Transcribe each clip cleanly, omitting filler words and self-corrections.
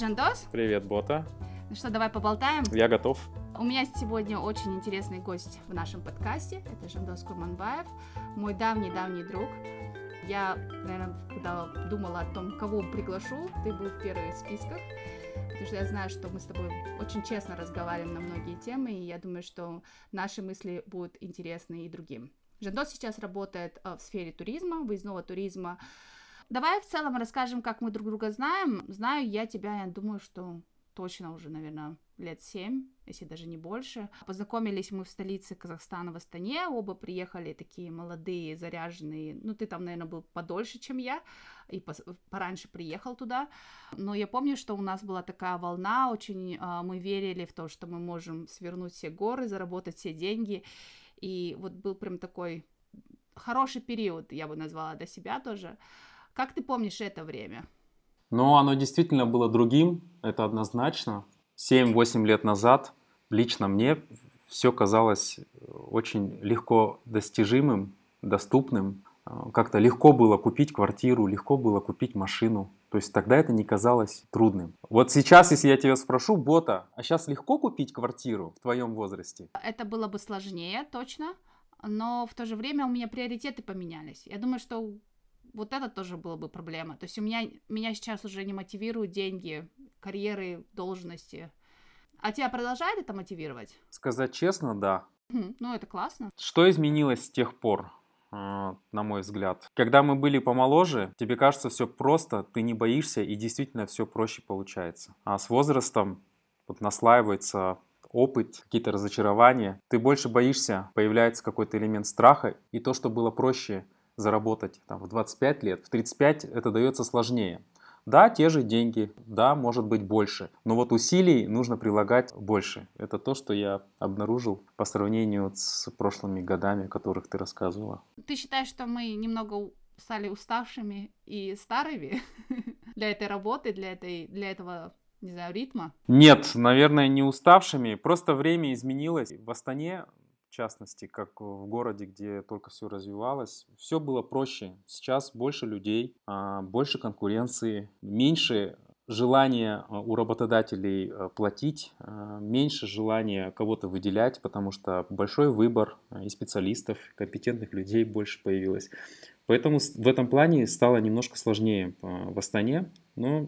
Жандос. Привет, Бота. Ну что, давай поболтаем? Я готов. У меня сегодня очень интересный гость в нашем подкасте. Это Жандос Курманбаев, мой давний-давний друг. Я, наверное, когда думала о том, кого приглашу, ты был в первых списках, потому что я знаю, что мы с тобой очень честно разговариваем на многие темы, и я думаю, что наши мысли будут интересны и другим. Жандос сейчас работает в сфере туризма, выездного туризма. Давай в целом расскажем, как мы друг друга знаем. Знаю я тебя, я думаю, что точно уже, наверное, лет 7, если даже не больше. Познакомились мы в столице Казахстана, в Астане. Оба приехали такие молодые, заряженные. Ну, ты там, наверное, был подольше, чем я, и пораньше приехал туда. Но я помню, что у нас была такая волна, очень мы верили в то, что мы можем свернуть все горы, заработать все деньги. И вот был прям такой хороший период, я бы назвала, для себя тоже. Как ты помнишь это время? Ну, оно действительно было другим, это однозначно. 7-8 лет назад лично мне все казалось очень легко достижимым, доступным. Как-то легко было купить квартиру, легко было купить машину. То есть тогда это не казалось трудным. Вот сейчас, если я тебя спрошу, Бота, а сейчас легко купить квартиру в твоем возрасте? Это было бы сложнее, точно, но в то же время у меня приоритеты поменялись. Я думаю, что вот это тоже была бы проблема. То есть меня сейчас уже не мотивируют деньги, карьеры, должности. А тебя продолжает это мотивировать? Сказать честно, да. Ну, это классно. Что изменилось с тех пор, на мой взгляд? Когда мы были помоложе, тебе кажется все просто, ты не боишься, и действительно все проще получается. А с возрастом вот наслаивается опыт, какие-то разочарования. Ты больше боишься, появляется какой-то элемент страха, и то, что было проще заработать там, в 25 лет, в 35 это дается сложнее. Да, те же деньги, да, может быть больше, но вот усилий нужно прилагать больше. Это то, что я обнаружил по сравнению с прошлыми годами, о которых ты рассказывала. Ты считаешь, что мы немного стали уставшими и старыми для этой работы, для этого, не знаю, ритма? Нет, наверное, не уставшими, просто время изменилось. В Астане, в частности, как в городе, где только все развивалось, все было проще. Сейчас больше людей, больше конкуренции, меньше желания у работодателей платить, меньше желания кого-то выделять, потому что большой выбор и специалистов, компетентных людей больше появилось. Поэтому в этом плане стало немножко сложнее в Астане, но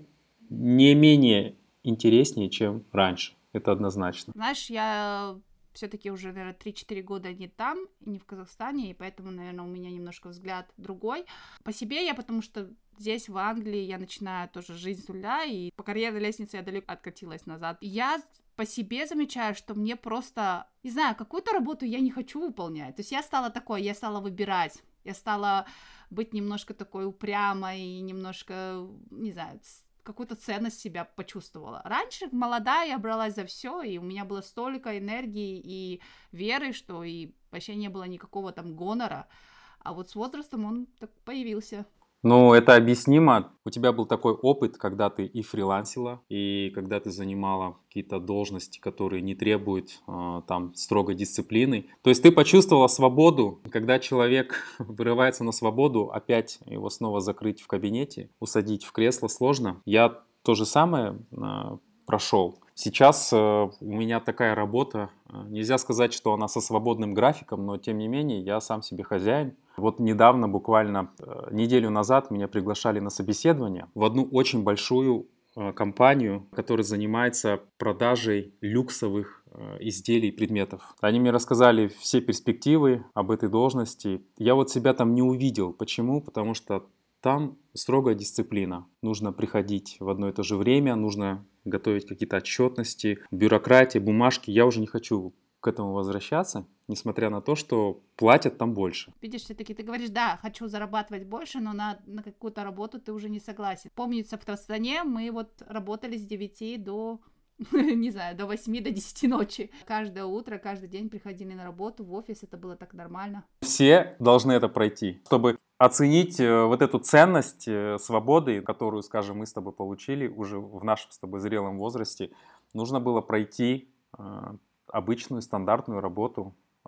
не менее интереснее, чем раньше. Это однозначно. Знаешь, я все-таки уже, наверное, 3-4 года не там, не в Казахстане, и поэтому, наверное, у меня немножко взгляд другой. По себе я, потому что здесь, в Англии, я начинаю тоже жизнь с нуля, и по карьерной лестнице я далеко откатилась назад. Я по себе замечаю, что мне просто, не знаю, какую-то работу я не хочу выполнять. То есть я стала выбирать, я стала быть немножко такой упрямой, и немножко, не знаю, какую-то ценность себя почувствовала. Раньше, молодая, я бралась за все, и у меня было столько энергии и веры, что и вообще не было никакого там гонора. А вот с возрастом он так появился. Ну, это объяснимо. У тебя был такой опыт, когда ты и фрилансила, и когда ты занимала какие-то должности, которые не требуют там строгой дисциплины. То есть ты почувствовала свободу. Когда человек вырывается на свободу, опять его снова закрыть в кабинете, усадить в кресло сложно. Я то же самое прошел. Сейчас у меня такая работа, нельзя сказать, что она со свободным графиком, но тем не менее я сам себе хозяин. Вот недавно, буквально неделю назад, меня приглашали на собеседование в одну очень большую компанию, которая занимается продажей люксовых изделий и предметов. Они мне рассказали все перспективы об этой должности. Я вот себя там не увидел. Почему? Потому что там строгая дисциплина. Нужно приходить в одно и то же время, нужно готовить какие-то отчетности, бюрократия, бумажки. Я уже не хочу к этому возвращаться, несмотря на то, что платят там больше. Видишь, все-таки ты говоришь, да, хочу зарабатывать больше, но на какую-то работу ты уже не согласен. Помнится, в Астане мы вот работали с 9 до, не знаю, до 8, до 10 ночи. Каждое утро, каждый день приходили на работу, в офис, это было так нормально. Все должны это пройти, чтобы оценить вот эту ценность свободы, которую, скажем, мы с тобой получили уже в нашем с тобой зрелом возрасте. Нужно было пройти обычную стандартную работу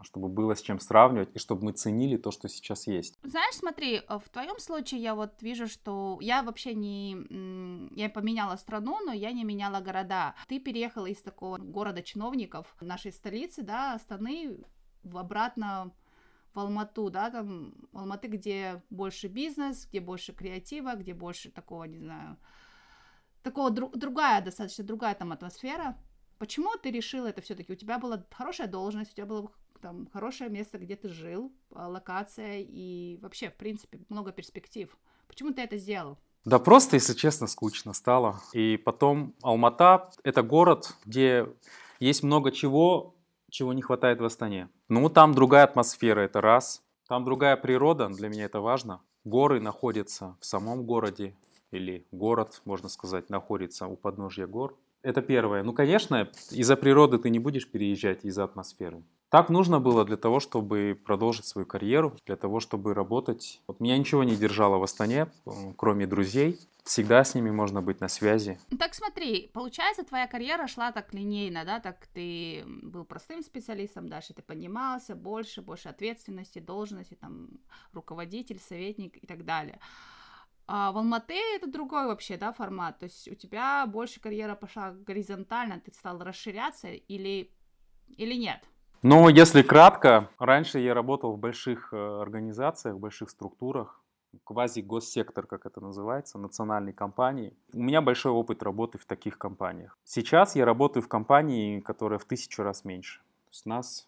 чтобы было с чем сравнивать, и чтобы мы ценили то, что сейчас есть. Знаешь, смотри, в твоем случае я вот вижу, что я вообще я поменяла страну, но я не меняла города. Ты переехала из такого города чиновников нашей столицы, да, Астаны, обратно в Алмату, да, там Алматы, где больше бизнес, где больше креатива, где больше такого, не знаю, такого достаточно другая там атмосфера. Почему ты решила это все-таки? У тебя была хорошая должность, у тебя было там хорошее место, где ты жил, локация и вообще, в принципе, много перспектив. Почему ты это сделал? Да просто, если честно, скучно стало. И потом Алмата — это город, где есть много чего не хватает в Астане. Ну, там другая атмосфера, это раз. Там другая природа, для меня это важно. Горы находятся в самом городе, или город, можно сказать, находится у подножья гор. Это первое. Ну, конечно, из-за природы ты не будешь переезжать, из-за атмосферы. Так нужно было для того, чтобы продолжить свою карьеру, для того, чтобы работать. Вот меня ничего не держало в Астане, кроме друзей. Всегда с ними можно быть на связи. Так смотри, получается, твоя карьера шла так линейно, да, так ты был простым специалистом, дальше ты поднимался, больше ответственности, должности, там, руководитель, советник и так далее. А в Алматы это другой вообще, да, формат, то есть у тебя больше карьера пошла горизонтально, ты стал расширяться или нет? Но если кратко, раньше я работал в больших организациях, в больших структурах, квази-госсектор, как это называется, национальной компании. У меня большой опыт работы в таких компаниях. Сейчас я работаю в компании, которая в 1000 раз меньше. То есть нас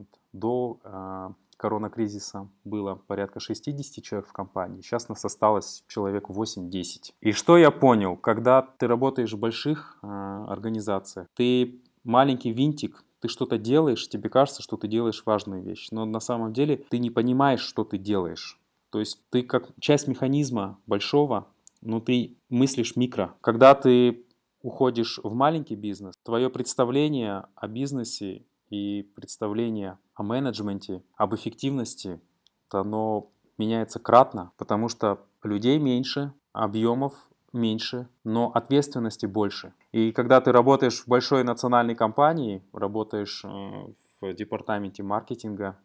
до коронакризиса было порядка 60 человек в компании. Сейчас нас осталось человек 8-10. И что я понял? Когда ты работаешь в больших организациях, ты маленький винтик, ты что-то делаешь, тебе кажется, что ты делаешь важную вещь, но на самом деле ты не понимаешь, что ты делаешь. То есть ты как часть механизма большого, но ты мыслишь микро. Когда ты уходишь в маленький бизнес, твое представление о бизнесе и представление о менеджменте, об эффективности, оно меняется кратно, потому что людей меньше, объемов меньше, но ответственности больше. И когда ты работаешь в большой национальной компании, работаешь в департаменте маркетинга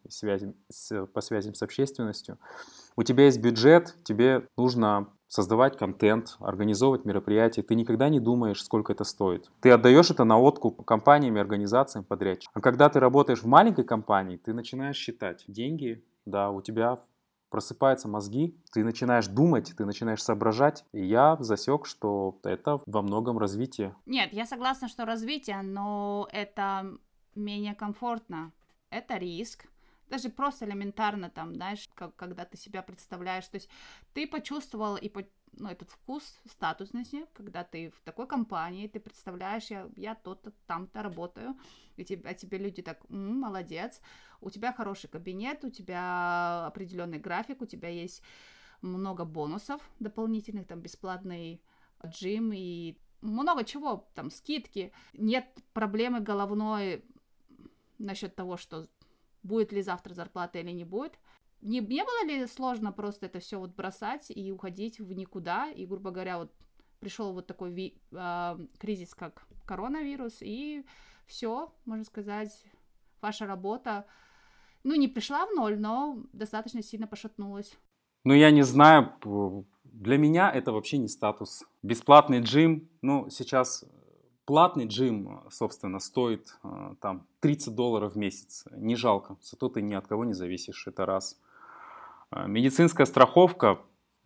по связям с общественностью, у тебя есть бюджет, тебе нужно создавать контент, организовывать мероприятия. Ты никогда не думаешь, сколько это стоит. Ты отдаешь это на откуп компаниям и организациям, подрядчикам. А когда ты работаешь в маленькой компании, ты начинаешь считать деньги, да, у тебя просыпаются мозги, ты начинаешь думать, ты начинаешь соображать. И я засек, что это во многом развитие. Нет, я согласна, что развитие, но это менее комфортно. Это риск. Даже просто элементарно там, знаешь, когда ты себя представляешь. То есть ты почувствовал этот вкус статусности, когда ты в такой компании, ты представляешь, я то-то, там-то работаю, и тебе люди так, молодец, у тебя хороший кабинет, у тебя определенный график, у тебя есть много бонусов дополнительных, там бесплатный джим и много чего, там скидки, нет проблемы головной насчет того, что будет ли завтра зарплата или не будет. Не было ли сложно просто это все вот бросать и уходить в никуда? И, грубо говоря, вот пришел вот такой кризис, как коронавирус, и все, можно сказать, ваша работа, не пришла в ноль, но достаточно сильно пошатнулась. Ну, я не знаю, для меня это вообще не статус. Бесплатный джим, сейчас платный джим, собственно, стоит там $30 в месяц. Не жалко, зато ты ни от кого не зависишь, это раз. Медицинская страховка,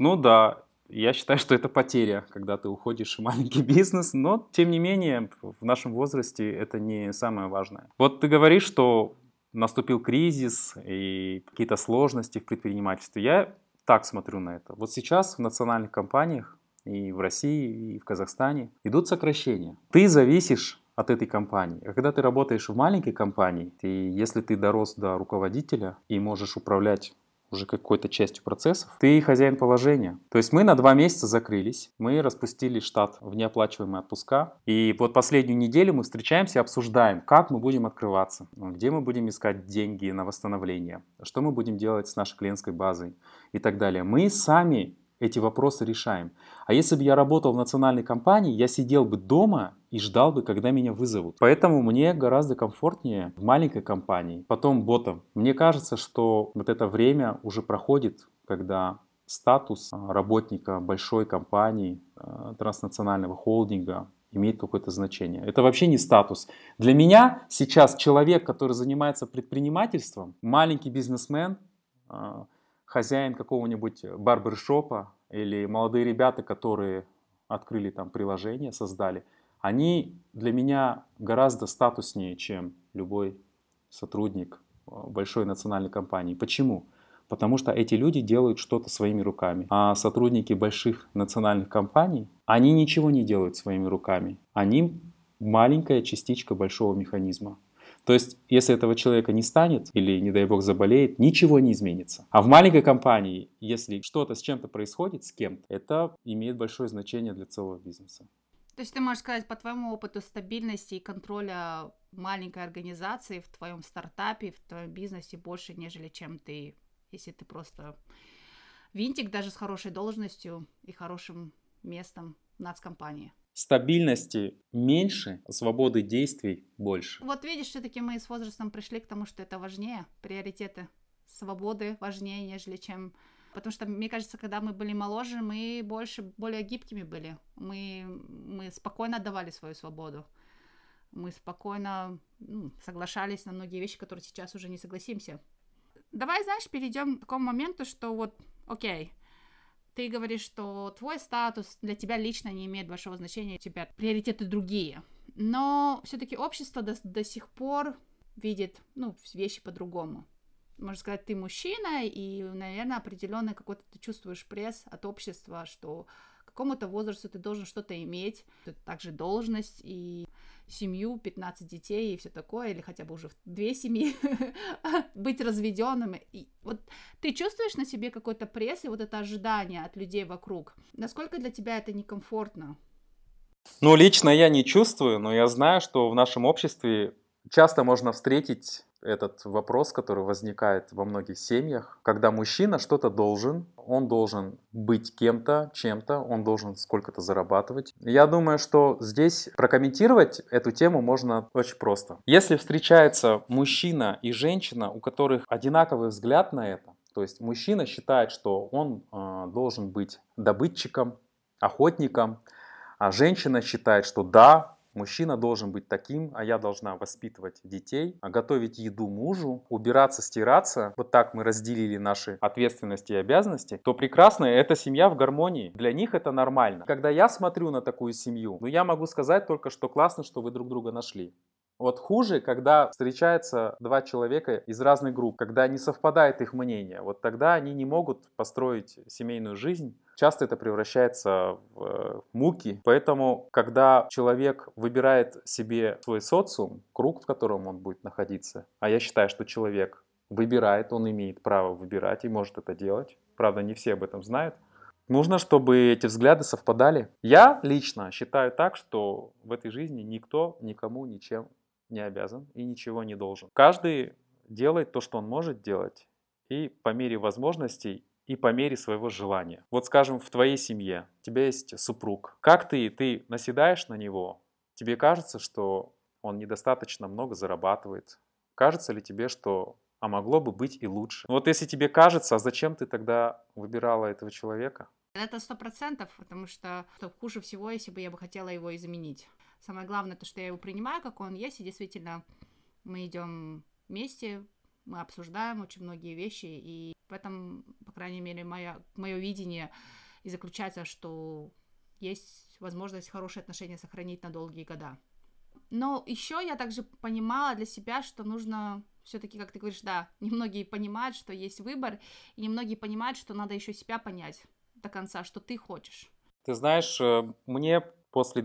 да, я считаю, что это потеря, когда ты уходишь в маленький бизнес, но, тем не менее, в нашем возрасте это не самое важное. Вот ты говоришь, что наступил кризис и какие-то сложности в предпринимательстве. Я так смотрю на это. Вот сейчас в национальных компаниях и в России, и в Казахстане идут сокращения. Ты зависишь от этой компании. А когда ты работаешь в маленькой компании, если ты дорос до руководителя и можешь управлять уже какой-то частью процессов, ты хозяин положения. То есть мы на 2 месяца закрылись, мы распустили штат в неоплачиваемые отпуска, и вот последнюю неделю мы встречаемся и обсуждаем, как мы будем открываться, где мы будем искать деньги на восстановление, что мы будем делать с нашей клиентской базой и так далее. Мы сами эти вопросы решаем. А если бы я работал в национальной компании, я сидел бы дома и ждал бы, когда меня вызовут. Поэтому мне гораздо комфортнее в маленькой компании. Потом ботом. Мне кажется, что вот это время уже проходит, когда статус работника большой компании, транснационального холдинга имеет какое-то значение. Это вообще не статус. Для меня сейчас человек, который занимается предпринимательством, маленький бизнесмен, хозяин какого-нибудь барбершопа или молодые ребята, которые открыли там приложение, создали, они для меня гораздо статуснее, чем любой сотрудник большой национальной компании. Почему? Потому что эти люди делают что-то своими руками. А сотрудники больших национальных компаний, они ничего не делают своими руками. Они маленькая частичка большого механизма. То есть, если этого человека не станет или, не дай бог, заболеет, ничего не изменится. А в маленькой компании, если что-то с чем-то происходит, с кем-то, это имеет большое значение для целого бизнеса. То есть ты можешь сказать, по твоему опыту стабильности и контроля маленькой организации в твоем стартапе, в твоем бизнесе больше, нежели чем ты, если ты просто винтик даже с хорошей должностью и хорошим местом в нацкомпании. Стабильности меньше, свободы действий больше. Вот видишь, все-таки мы с возрастом пришли к тому, что это важнее, приоритеты свободы важнее, нежели чем... Потому что, мне кажется, когда мы были моложе, мы более гибкими были. Мы спокойно отдавали свою свободу. Мы спокойно соглашались на многие вещи, которые сейчас уже не согласимся. Давай, знаешь, перейдем к такому моменту, что вот, окей, ты говоришь, что твой статус для тебя лично не имеет большого значения, у тебя приоритеты другие. Но все-таки общество до сих пор видит, вещи по-другому. Можно сказать, ты мужчина, и, наверное, определенно какой-то ты чувствуешь пресс от общества, что к какому-то возрасту ты должен что-то иметь, также должность и семью, 15 детей и все такое, или хотя бы уже 2 семьи, быть разведенным. И вот ты чувствуешь на себе какой-то пресс и вот это ожидание от людей вокруг? Насколько для тебя это некомфортно? Лично я не чувствую, но я знаю, что в нашем обществе часто можно встретить этот вопрос, который возникает во многих семьях, когда мужчина что-то должен, он должен быть кем-то, чем-то, он должен сколько-то зарабатывать. Я думаю, что здесь прокомментировать эту тему можно очень просто. Если встречается мужчина и женщина, у которых одинаковый взгляд на это, то есть мужчина считает, что он должен быть добытчиком, охотником, а женщина считает, что да, мужчина должен быть таким, а я должна воспитывать детей, готовить еду мужу, убираться, стираться. Вот так мы разделили наши ответственности и обязанности. То прекрасно, эта семья в гармонии. Для них это нормально. Когда я смотрю на такую семью, я могу сказать только, что классно, что вы друг друга нашли. Вот хуже, когда встречаются два человека из разных групп, когда не совпадает их мнение. Вот тогда они не могут построить семейную жизнь. Часто это превращается в муки. Поэтому, когда человек выбирает себе свой социум, круг, в котором он будет находиться, а я считаю, что человек выбирает, он имеет право выбирать и может это делать. Правда, не все об этом знают. Нужно, чтобы эти взгляды совпадали. Я лично считаю так, что в этой жизни никто никому ничем не обязан и ничего не должен. Каждый делает то, что он может делать, и по мере возможностей, и по мере своего желания. Вот скажем, в твоей семье у тебя есть супруг. Как ты наседаешь на него? Тебе кажется, что он недостаточно много зарабатывает? Кажется ли тебе, что могло бы быть и лучше? Вот если тебе кажется, а зачем ты тогда выбирала этого человека? Это 100%, потому что хуже всего, если бы я бы хотела его изменить. Самое главное, то, что я его принимаю, как он есть, и действительно мы идем вместе, мы обсуждаем очень многие вещи, и в этом, по крайней мере, мое видение и заключается, что есть возможность хорошие отношения сохранить на долгие года. Но еще я также понимала для себя, что нужно все-таки, как ты говоришь, да, немногие понимают, что есть выбор, и немногие понимают, что надо еще себя понять до конца, что ты хочешь. Ты знаешь, мне после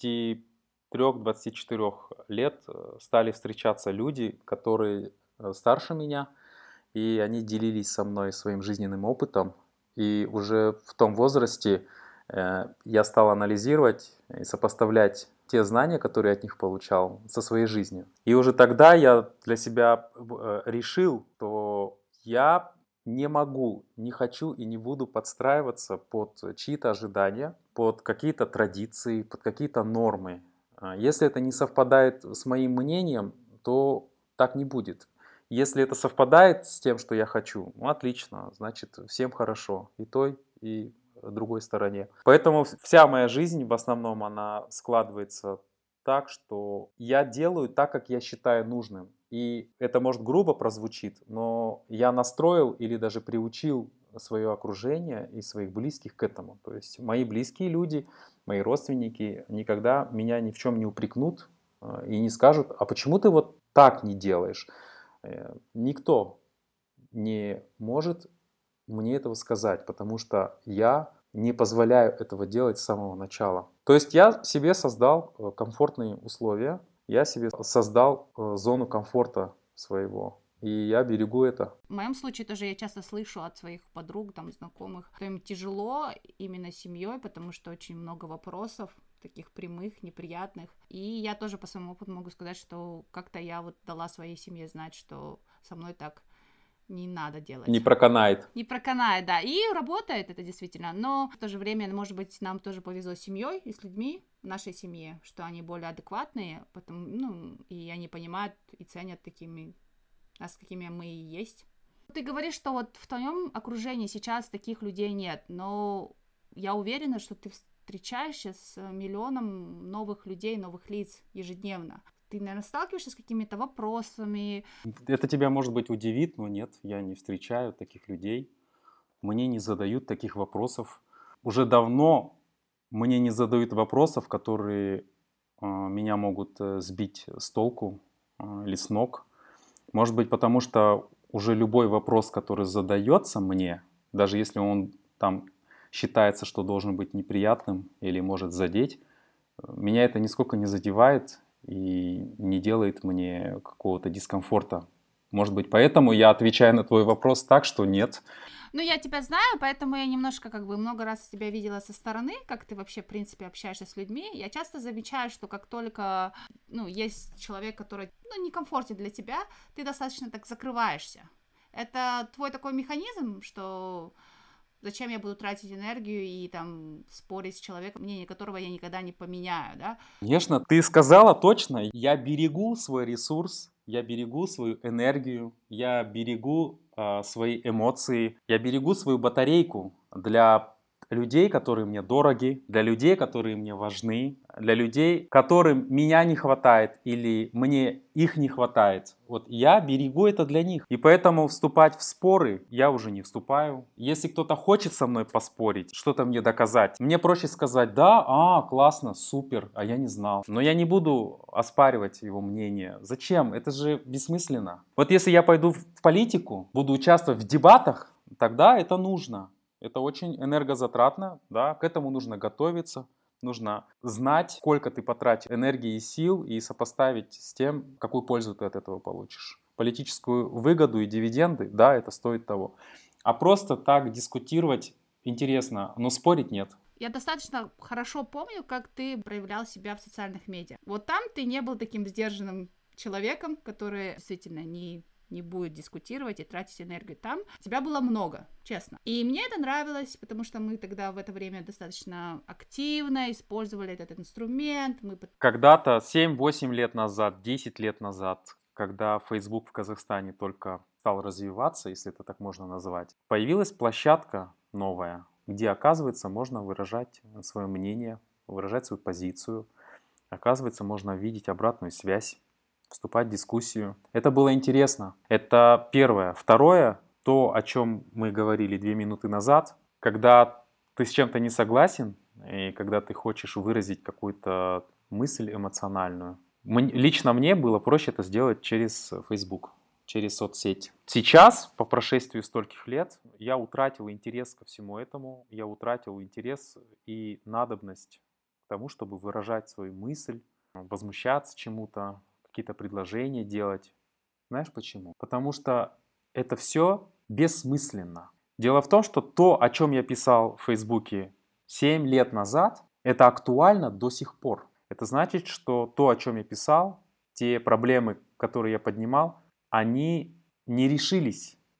23-24 лет стали встречаться люди, которые старше меня, и они делились со мной своим жизненным опытом. И уже в том возрасте я стал анализировать и сопоставлять те знания, которые я от них получал, со своей жизнью. И уже тогда я для себя решил, что я не могу, не хочу и не буду подстраиваться под чьи-то ожидания, под какие-то традиции, под какие-то нормы. Если это не совпадает с моим мнением, то так не будет. Если это совпадает с тем, что я хочу, ну, отлично, значит, всем хорошо. И той, и другой стороне. Поэтому вся моя жизнь в основном она складывается так, что я делаю так, как я считаю нужным. И это может грубо прозвучит, но я настроил или даже приучил свое окружение и своих близких к этому. То есть мои близкие люди, мои родственники никогда меня ни в чем не упрекнут и не скажут, а почему ты вот так не делаешь? Никто не может мне этого сказать, потому что я не позволяю этого делать с самого начала. То есть я себе создал комфортные условия, я себе создал зону комфорта своего, и я берегу это. В моем случае тоже я часто слышу от своих подруг, там, знакомых, что им тяжело именно с семьей, потому что очень много вопросов, таких прямых, неприятных. И я тоже по своему опыту могу сказать, что как-то я вот дала своей семье знать, что со мной так не надо делать. Не проканает. Не проканает, да. И работает это действительно. Но в то же время, может быть, нам тоже повезло с семьей и с людьми в нашей семье, что они более адекватные, потом, и они понимают и ценят нас, какими мы и есть. Ты говоришь, что вот в твоем окружении сейчас таких людей нет, но я уверена, что ты встречаешься с миллионом новых людей, новых лиц ежедневно. Ты, наверное, сталкиваешься с какими-то вопросами. Это тебя, может быть, удивит, но нет, я не встречаю таких людей. Мне не задают таких вопросов. Уже давно мне не задают вопросов, которые меня могут сбить с толку или с ног. Может быть, потому что уже любой вопрос, который задается мне, даже если он там считается, что должен быть неприятным или может задеть, меня это нисколько не задевает и не делает мне какого-то дискомфорта. Может быть, поэтому я отвечаю на твой вопрос так, что нет. Ну, я тебя знаю, поэтому я немножко много раз тебя видела со стороны, как ты вообще, в принципе, общаешься с людьми. Я часто замечаю, что как только, есть человек, который, некомфортен для тебя, ты достаточно так закрываешься. Это твой такой механизм, что зачем я буду тратить энергию и там спорить с человеком, мнение которого я никогда не поменяю, да? Конечно, ты сказала точно. Я берегу свой ресурс, я берегу свою энергию, я берегу свои эмоции, я берегу свою батарейку для людей, которые мне дороги, для людей, которые мне важны, для людей, которым меня не хватает или мне их не хватает. Вот я берегу это для них. И поэтому вступать в споры я уже не вступаю. Если кто-то хочет со мной поспорить, что-то мне доказать, мне проще сказать: да, классно, супер, а я не знал. Но я не буду оспаривать его мнение. Зачем? Это же бессмысленно. Вот если я пойду в политику, буду участвовать в дебатах, тогда это нужно. Это очень энергозатратно, да, к этому нужно готовиться, нужно знать, сколько ты потратишь энергии и сил, и сопоставить с тем, какую пользу ты от этого получишь. Политическую выгоду и дивиденды, да, это стоит того. А просто так дискутировать интересно, но спорить нет. Я достаточно хорошо помню, как ты проявлял себя в социальных медиа. Вот там ты не был таким сдержанным человеком, который действительно не будет дискутировать и тратить энергию там. Тебя было много, честно. И мне это нравилось, потому что мы тогда в это время достаточно активно использовали этот инструмент. Когда-то 7-8 лет назад, 10 лет назад, когда Facebook в Казахстане только стал развиваться, если это так можно назвать, появилась площадка новая, где, оказывается, можно выражать свое мнение, выражать свою позицию. Оказывается, можно видеть обратную связь, вступать в дискуссию. Это было интересно. Это первое. Второе, то, о чем мы говорили 2 минуты назад, когда ты с чем-то не согласен, и когда ты хочешь выразить какую-то мысль эмоциональную. Лично мне было проще это сделать через Facebook, через соцсеть. Сейчас, по прошествии стольких лет, я утратил интерес ко всему этому, я утратил интерес и надобность к тому, чтобы выражать свою мысль, возмущаться чему-то, какие-то предложения делать. Знаешь почему? Потому что это все бессмысленно. Дело в том, что то, о чем я писал в Фейсбуке 7 лет назад, это актуально до сих пор. Это значит, что то, о чем я писал, те проблемы, которые я поднимал, они не решились.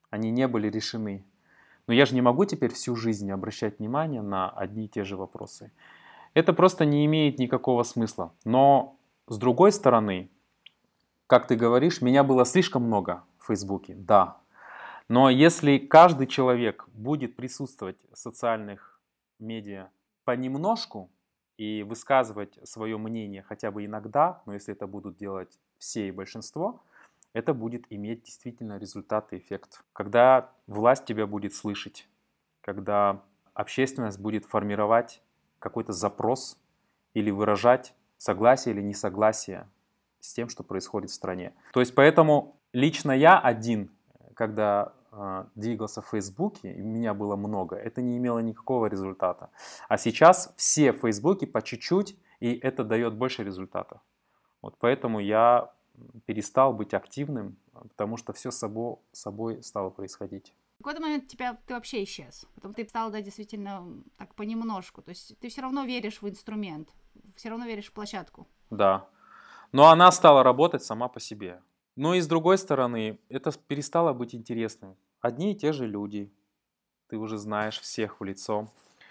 они не были решены. Но я же не могу теперь всю жизнь обращать внимание на одни и те же вопросы. Это просто не имеет никакого смысла. Но с другой стороны, как ты говоришь, меня было слишком много в Фейсбуке, да. Но если каждый человек будет присутствовать в социальных медиа понемножку и высказывать свое мнение хотя бы иногда, но если это будут делать все и большинство, это будет иметь действительно результат и эффект. Когда власть тебя будет слышать, когда общественность будет формировать какой-то запрос или выражать согласие или несогласие с тем, что происходит в стране. То есть поэтому лично я один, когда двигался в Фейсбуке, и меня было много, это не имело никакого результата. А сейчас все в Фейсбуке по чуть-чуть, и это дает больше результата. Вот поэтому я перестал быть активным, потому что все собой стало происходить. В какой-то момент ты вообще исчез. Потом ты стал, да, действительно так понемножку. То есть ты все равно веришь в инструмент, все равно веришь в площадку. Да. Но она стала работать сама по себе. Но и с другой стороны, это перестало быть интересным. Одни и те же люди. Ты уже знаешь всех в лицо.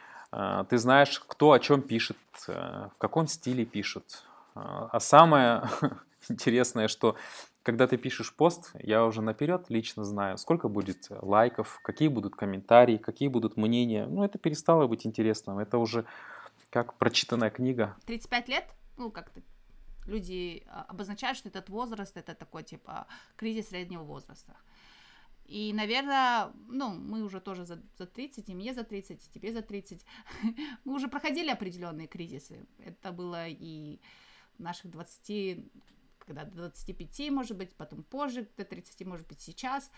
Ты знаешь, кто о чем пишет, в каком стиле пишут. А самое интересное, что когда ты пишешь пост, я уже наперед лично знаю, сколько будет лайков, какие будут комментарии, какие будут мнения. Ну, это перестало быть интересным. Это уже как прочитанная книга. 35 лет? Ну, как-то люди обозначают, что этот возраст, это такой, типа, кризис среднего возраста. И, наверное, ну, мы уже тоже за 30, и мне за 30, и тебе за 30. Мы уже проходили определенные кризисы. Это было и наших 20, когда до 25, может быть, потом позже, до 30, может быть, сейчас.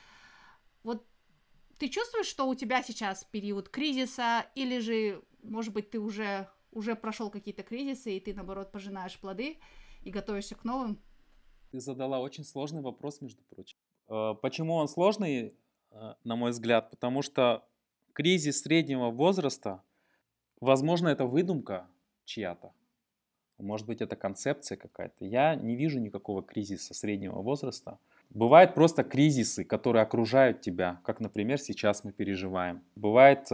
Вот ты чувствуешь, что у тебя сейчас период кризиса, или же, может быть, ты уже прошел какие-то кризисы, и ты, наоборот, пожинаешь плоды и готовишься к новым? Ты задала очень сложный вопрос, между прочим. Почему он сложный, на мой взгляд? Потому что кризис среднего возраста, возможно, это выдумка чья-то. Может быть, это концепция какая-то. Я не вижу никакого кризиса среднего возраста. Бывают просто кризисы, которые окружают тебя, как, например, сейчас мы переживаем. Бывает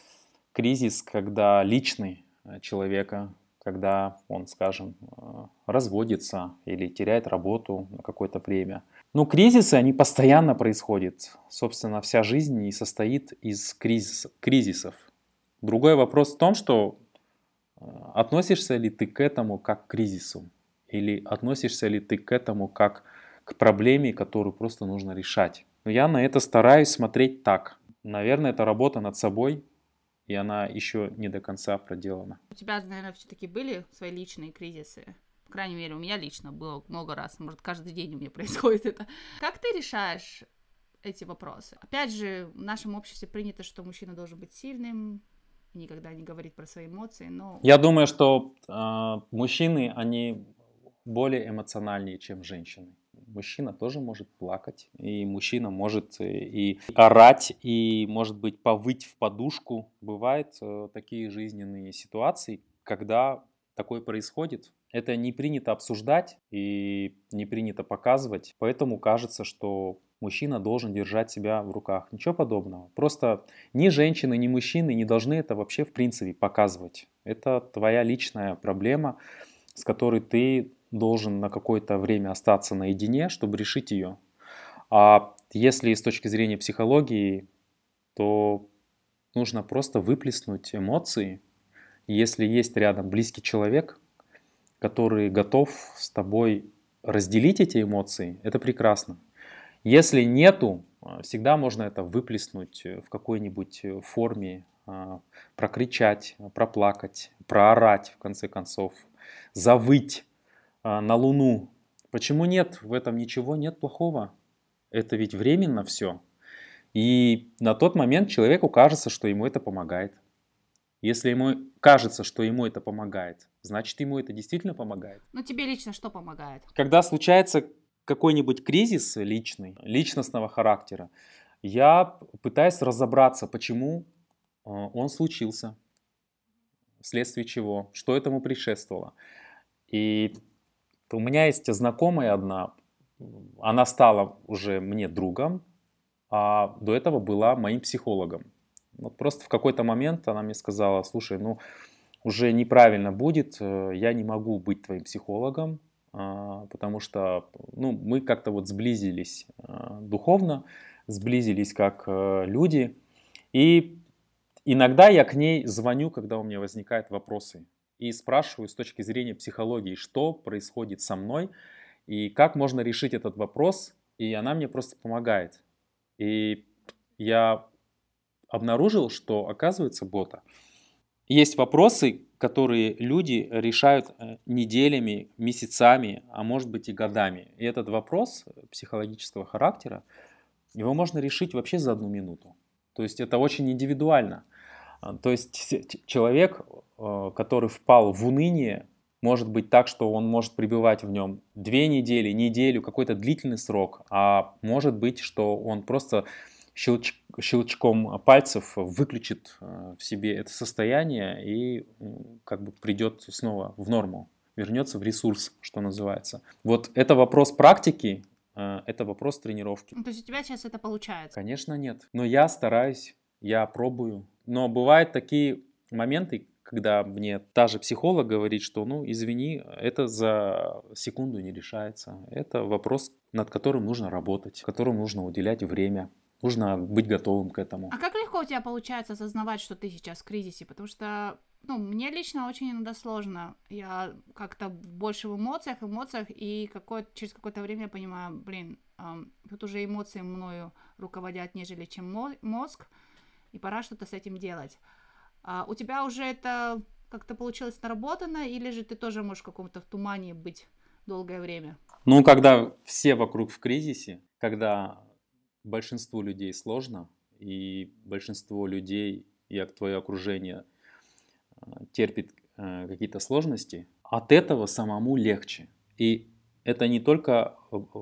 кризис, когда личный человека, когда он, скажем, разводится или теряет работу на какое-то время. Но кризисы, они постоянно происходят. Собственно, вся жизнь и состоит из кризисов. Другой вопрос в том, что относишься ли ты к этому как к кризису? Или относишься ли ты к этому как к проблеме, которую просто нужно решать? Но я на это стараюсь смотреть так. Наверное, это работа над собой, и она еще не до конца проделана. У тебя, наверное, все-таки были свои личные кризисы? По крайней мере, у меня лично было много раз. Может, каждый день у меня происходит это. Как ты решаешь эти вопросы? Опять же, в нашем обществе принято, что мужчина должен быть сильным, никогда не говорит про свои эмоции, но... Я думаю, что мужчины, они более эмоциональнее, чем женщины. Мужчина тоже может плакать, и мужчина может и орать, и, может быть, повыть в подушку. Бывают такие жизненные ситуации, когда такое происходит. Это не принято обсуждать и не принято показывать, поэтому кажется, что мужчина должен держать себя в руках. Ничего подобного. Просто ни женщины, ни мужчины не должны это вообще в принципе показывать. Это твоя личная проблема, с которой ты должен на какое-то время остаться наедине, чтобы решить ее. А если с точки зрения психологии, то нужно просто выплеснуть эмоции. И если есть рядом близкий человек, который готов с тобой разделить эти эмоции, это прекрасно. Если нету, всегда можно это выплеснуть в какой-нибудь форме, прокричать, проплакать, проорать, в конце концов, завыть на Луну. Почему нет? В этом ничего нет плохого. Это ведь временно все. И на тот момент человеку кажется, что ему это помогает. Если ему кажется, что ему это помогает, значит, ему это действительно помогает. Но тебе лично что помогает? Когда случается какой-нибудь кризис личный, личностного характера, я пытаюсь разобраться, почему он случился, вследствие чего, что этому предшествовало. И у меня есть знакомая одна, она стала уже мне другом, а до этого была моим психологом. Вот просто в какой-то момент она мне сказала: слушай, ну уже неправильно будет, я не могу быть твоим психологом, потому что ну, мы как-то вот сблизились духовно, сблизились как люди, и иногда я к ней звоню, когда у меня возникают вопросы, и спрашиваю с точки зрения психологии, что происходит со мной, и как можно решить этот вопрос, и она мне просто помогает. И я обнаружил, что, оказывается, есть вопросы, которые люди решают неделями, месяцами, а может быть и годами. И этот вопрос психологического характера, его можно решить вообще за 1 минуту. То есть это очень индивидуально. То есть человек, который впал в уныние, может быть так, что он может пребывать в нем 2 недели, неделю, какой-то длительный срок, а может быть, что он просто щелчком пальцев выключит в себе это состояние и как бы придет снова в норму, вернется в ресурс, что называется. Вот это вопрос практики, это вопрос тренировки. Ну, то есть у тебя сейчас это получается? Конечно, нет. Но я стараюсь, я пробую. Но бывают такие моменты, когда мне та же психолог говорит, что, ну, извини, это за секунду не решается. Это вопрос, над которым нужно работать, которому нужно уделять время. Нужно быть готовым к этому. А как легко у тебя получается осознавать, что ты сейчас в кризисе? Потому что, ну, мне лично очень иногда сложно. Я как-то больше в эмоциях, и через какое-то время я понимаю, блин, тут уже эмоции мною руководят, нежели чем мозг, и пора что-то с этим делать. А у тебя уже это как-то получилось наработано, или же ты тоже можешь в каком-то в тумане быть долгое время? Ну, когда все вокруг в кризисе, когда большинству людей сложно, и большинство людей и твое окружение терпит какие-то сложности, от этого самому легче. И это не только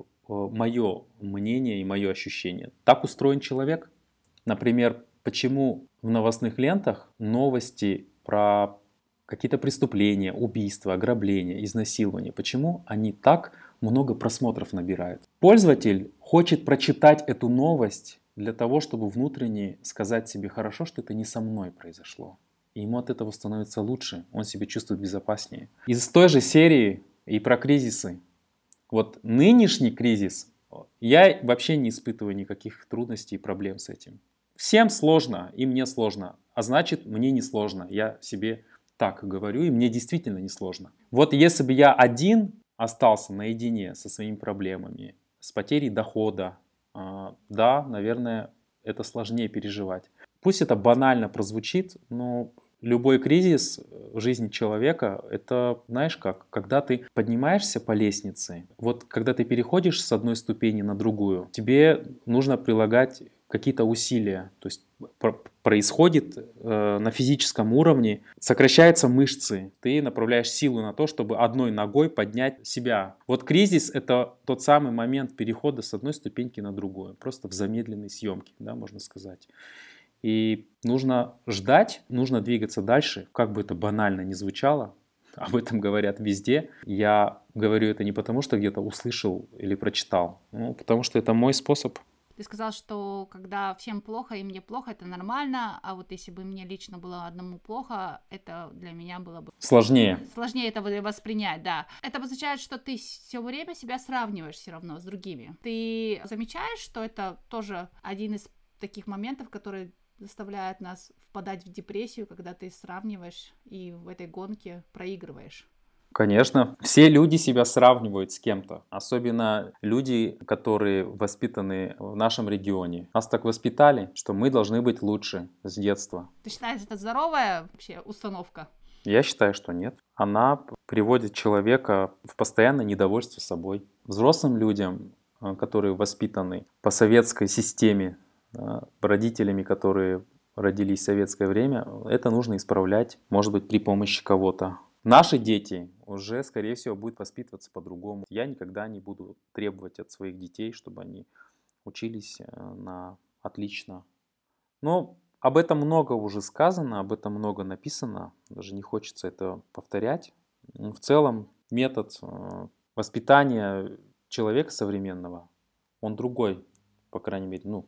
мое мнение и мое ощущение. Так устроен человек. Например, почему в новостных лентах новости про какие-то преступления, убийства, ограбления, изнасилования, почему они так много просмотров набирают? Пользователь хочет прочитать эту новость для того, чтобы внутренне сказать себе: хорошо, что это не со мной произошло. И ему от этого становится лучше, он себя чувствует безопаснее. Из той же серии и про кризисы. Вот нынешний кризис, я вообще не испытываю никаких трудностей и проблем с этим. Всем сложно, и мне сложно, а значит, мне не сложно. Я себе так говорю, и мне действительно не сложно. Вот если бы я один остался наедине со своими проблемами, с потерей дохода, да, наверное, это сложнее переживать. Пусть это банально прозвучит, но любой кризис в жизни человека, это, знаешь как, когда ты поднимаешься по лестнице, вот когда ты переходишь с одной ступени на другую, тебе нужно прилагать какие-то усилия, то есть происходит на физическом уровне, сокращаются мышцы, ты направляешь силу на то, чтобы одной ногой поднять себя. Вот кризис — это тот самый момент перехода с одной ступеньки на другую, просто в замедленной съемке, да, можно сказать. И нужно ждать, нужно двигаться дальше, как бы это банально ни звучало. Об этом говорят везде. Я говорю это не потому, что где-то услышал или прочитал, но потому что это мой способ. Ты сказал, что когда всем плохо и мне плохо, это нормально, а вот если бы мне лично было одному плохо, это для меня было бы Сложнее это воспринять, да. Это обозначает, что ты все время себя сравниваешь все равно с другими. Ты замечаешь, что это тоже один из таких моментов, которые заставляют нас впадать в депрессию, когда ты сравниваешь и в этой гонке проигрываешь? Конечно, все люди себя сравнивают с кем-то, особенно люди, которые воспитаны в нашем регионе. Нас так воспитали, что мы должны быть лучше с детства. Ты считаешь, это здоровая вообще установка? Я считаю, что нет. Она приводит человека в постоянное недовольство собой. Взрослым людям, которые воспитаны по советской системе, родителями, которые родились в советское время, это нужно исправлять, может быть, при помощи кого-то. Наши дети уже, скорее всего, будут воспитываться по-другому. Я никогда не буду требовать от своих детей, чтобы они учились на отлично. Но об этом много уже сказано, об этом много написано, даже не хочется это повторять. В целом метод воспитания человека современного, он другой, по крайней мере,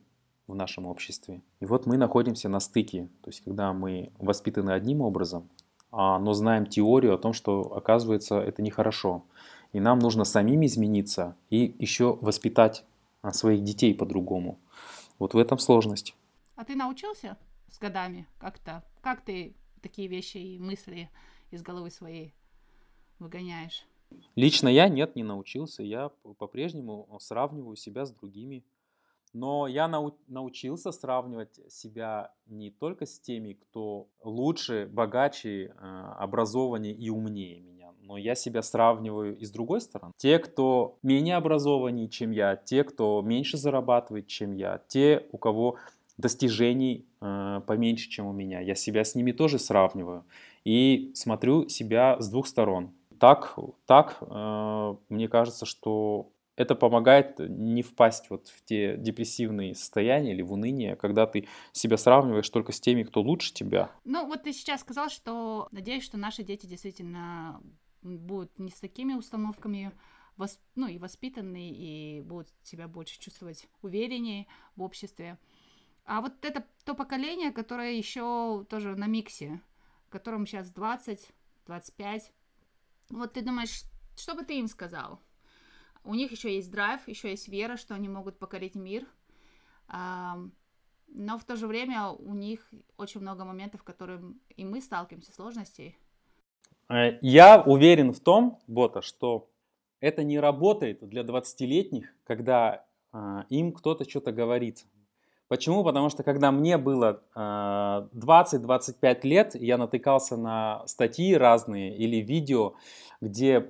в нашем обществе. И вот мы находимся на стыке, то есть когда мы воспитаны одним образом, но знаем теорию о том, что, оказывается, это нехорошо. И нам нужно самим измениться и еще воспитать своих детей по-другому. Вот в этом сложность. А ты научился с годами как-то? Как ты такие вещи и мысли из головы своей выгоняешь? Лично я нет, не научился. Я по-прежнему сравниваю себя с другими. Но я научился сравнивать себя не только с теми, кто лучше, богаче, образованнее и умнее меня, но я себя сравниваю и с другой стороны. Те, кто менее образованнее, чем я, те, кто меньше зарабатывает, чем я, те, у кого достижений поменьше, чем у меня, я себя с ними тоже сравниваю и смотрю себя с двух сторон. Так, мне кажется, что это помогает не впасть вот в те депрессивные состояния или в уныние, когда ты себя сравниваешь только с теми, кто лучше тебя. Ну, вот ты сейчас сказал, что надеюсь, что наши дети действительно будут не с такими установками и воспитанные, и будут себя больше чувствовать увереннее в обществе. А вот это то поколение, которое еще тоже на миксе, которому сейчас 20-25. Вот ты думаешь, что бы ты им сказал? У них еще есть драйв, еще есть вера, что они могут покорить мир. Но в то же время у них очень много моментов, в которых и мы сталкиваемся с сложностей. Я уверен в том, Бота, что это не работает для 20-летних, когда им кто-то что-то говорит. Почему? Потому что когда мне было 20-25 лет, я натыкался на статьи разные или видео, где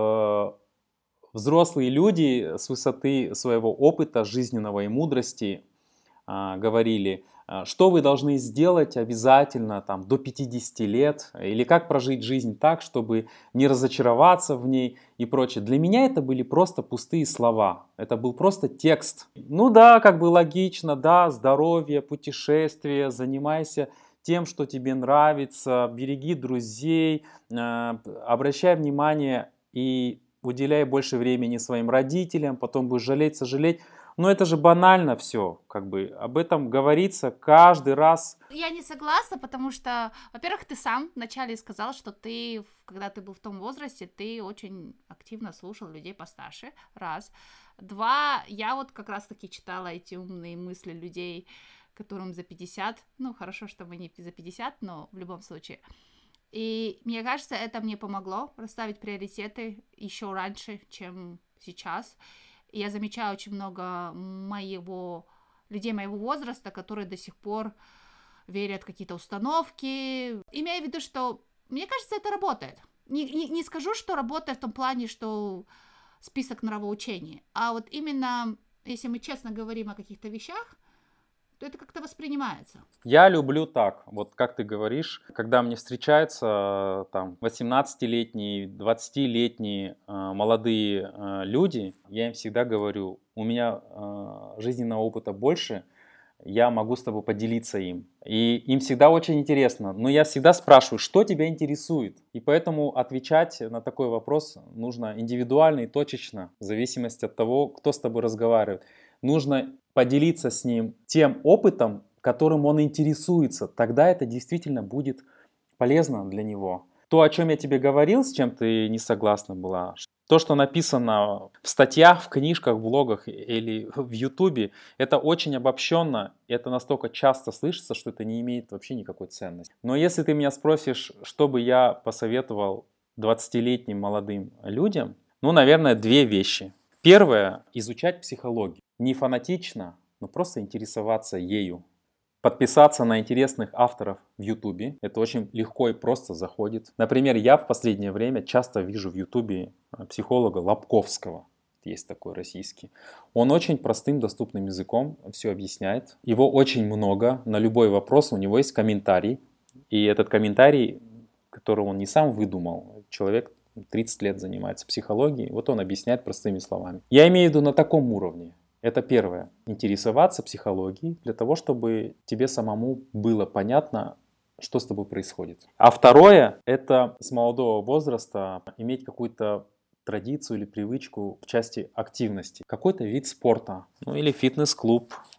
взрослые люди с высоты своего опыта жизненного и мудрости говорили, что вы должны сделать обязательно там, до 50 лет, или как прожить жизнь так, чтобы не разочароваться в ней и прочее. Для меня это были просто пустые слова, это был просто текст. Ну да, как бы логично, да, здоровье, путешествие, занимайся тем, что тебе нравится, береги друзей, обращай внимание и уделяй больше времени своим родителям, потом будешь жалеть, сожалеть. Но это же банально все, как бы об этом говорится каждый раз. Я не согласна, потому что, во-первых, ты сам вначале сказал, что ты, когда ты был в том возрасте, ты очень активно слушал людей постарше, раз. Два, я вот как раз-таки читала эти умные мысли людей, которым за 50, ну, хорошо, что мы не за 50, но в любом случае. И мне кажется, это мне помогло расставить приоритеты еще раньше, чем сейчас. И я замечаю очень много людей моего возраста, которые до сих пор верят в какие-то установки. Имея в виду, что, мне кажется, это работает. Не скажу, что работает в том плане, что список нравоучений, а вот именно, если мы честно говорим о каких-то вещах, то это как-то воспринимается. Я люблю так, вот как ты говоришь, когда мне встречаются там 18-летние, 20-летние молодые люди, я им всегда говорю, у меня жизненного опыта больше, я могу с тобой поделиться им. И им всегда очень интересно, но я всегда спрашиваю, что тебя интересует? И поэтому отвечать на такой вопрос нужно индивидуально и точечно, в зависимости от того, кто с тобой разговаривает. Нужно поделиться с ним тем опытом, которым он интересуется. Тогда это действительно будет полезно для него. То, о чем я тебе говорил, с чем ты не согласна была, то, что написано в статьях, в книжках, в блогах или в Ютубе, это очень обобщенно, это настолько часто слышится, что это не имеет вообще никакой ценности. Но если ты меня спросишь, что бы я посоветовал 20-летним молодым людям, ну, наверное, две вещи. Первое – изучать психологию. Не фанатично, но просто интересоваться ею. Подписаться на интересных авторов в Ютубе. Это очень легко и просто заходит. Например, я в последнее время часто вижу в Ютубе психолога Лобковского. Есть такой российский. Он очень простым, доступным языком все объясняет. Его очень много. На любой вопрос у него есть комментарий. И этот комментарий, который он не сам выдумал, человек 30 лет занимается психологией, вот он объясняет простыми словами. Я имею в виду на таком уровне. Это первое. Интересоваться психологией для того, чтобы тебе самому было понятно, что с тобой происходит. А второе, это с молодого возраста иметь какую-то традицию или привычку в части активности. Какой-то вид спорта, ну или фитнес-клуб,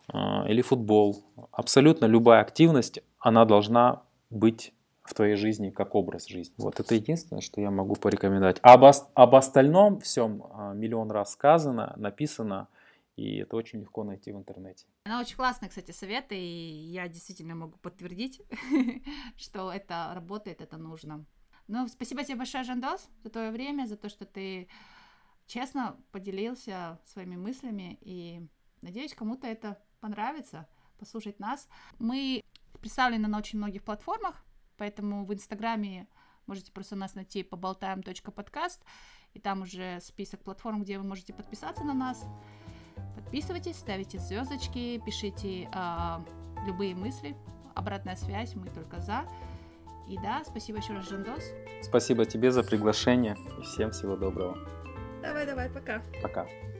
или футбол. Абсолютно любая активность, она должна быть в твоей жизни как образ жизни. Вот это единственное, что я могу порекомендовать. Об остальном всем миллион раз сказано, написано, и это очень легко найти в интернете. Она очень классная, кстати, совет, и я действительно могу подтвердить, что это работает, это нужно. Ну, спасибо тебе большое, Жандос, за твое время, за то, что ты честно поделился своими мыслями, и надеюсь, кому-то это понравится, послушать нас. Мы представлены на очень многих платформах, поэтому в Инстаграме можете просто нас найти поболтаем.подкаст, и там уже список платформ, где вы можете подписаться на нас. Подписывайтесь, ставите звездочки, пишите любые мысли, обратная связь, мы только за. И да, спасибо еще раз, Жандос. Спасибо тебе за приглашение, и всем всего доброго. Давай, пока. Пока.